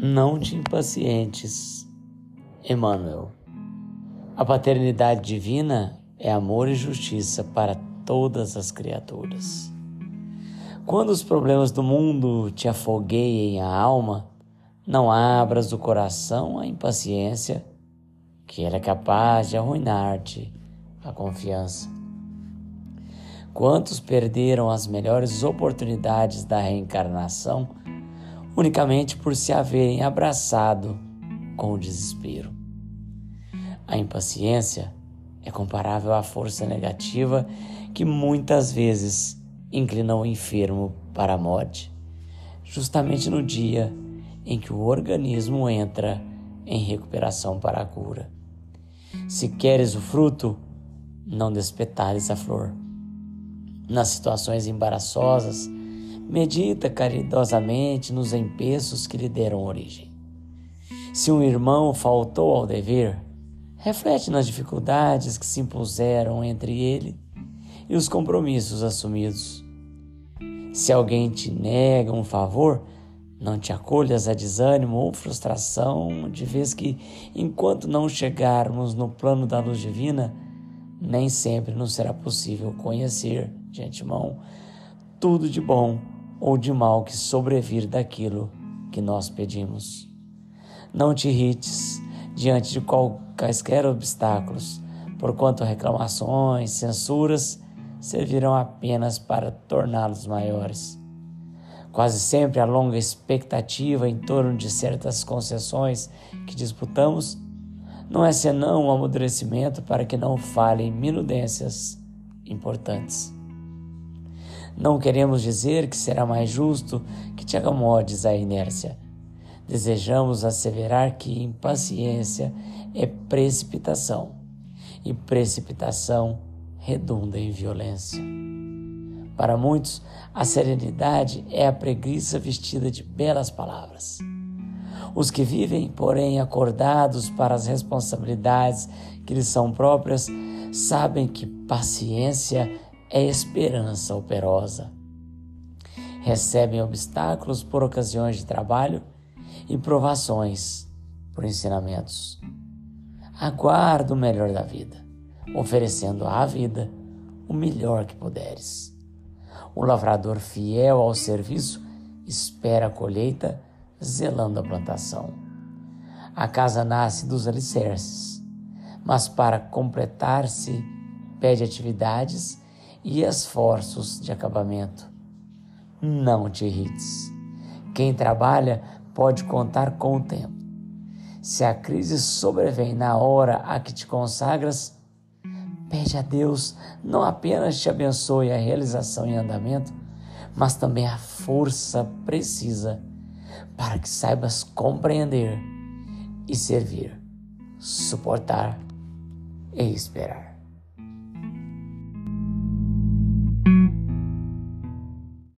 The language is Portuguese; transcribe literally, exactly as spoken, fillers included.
Não te impacientes, Emmanuel. A paternidade divina é amor e justiça para todas as criaturas. Quando os problemas do mundo te afogueiem a alma, não abras o coração à impaciência, que ela é capaz de arruinar-te a confiança. Quantos perderam as melhores oportunidades da reencarnação unicamente por se haverem abraçado com o desespero? A impaciência é comparável à força negativa que muitas vezes inclina o enfermo para a morte, justamente no dia em que o organismo entra em recuperação para a cura. Se queres o fruto, não despetales a flor. Nas situações embaraçosas, medita caridosamente nos empeços que lhe deram origem. Se um irmão faltou ao dever, reflete nas dificuldades que se impuseram entre ele e os compromissos assumidos. Se alguém te nega um favor, não te acolhas a desânimo ou frustração, de vez que, enquanto não chegarmos no plano da luz divina, nem sempre nos será possível conhecer, de antemão, tudo de bom ou de mal que sobrevir daquilo que nós pedimos. Não te irrites diante de quaisquer obstáculos, porquanto reclamações, censuras servirão apenas para torná-los maiores. Quase sempre a longa expectativa em torno de certas concessões que disputamos não é senão um amadurecimento para que não falhem minudências importantes. Não queremos dizer que será mais justo que te acomodes à inércia. Desejamos asseverar que impaciência é precipitação, e precipitação redunda em violência. Para muitos, a serenidade é a preguiça vestida de belas palavras. Os que vivem, porém, acordados para as responsabilidades que lhes são próprias, sabem que paciência é esperança operosa. Recebem obstáculos por ocasiões de trabalho e provações por ensinamentos. Aguarda o melhor da vida, oferecendo à vida o melhor que puderes. O lavrador fiel ao serviço espera a colheita, zelando a plantação. A casa nasce dos alicerces, mas para completar-se pede atividades e esforços de acabamento. Não te irrites. Quem trabalha pode contar com o tempo. Se a crise sobrevém na hora a que te consagras, pede a Deus não apenas te abençoe a realização em andamento, mas também a força precisa para que saibas compreender e servir, suportar e esperar.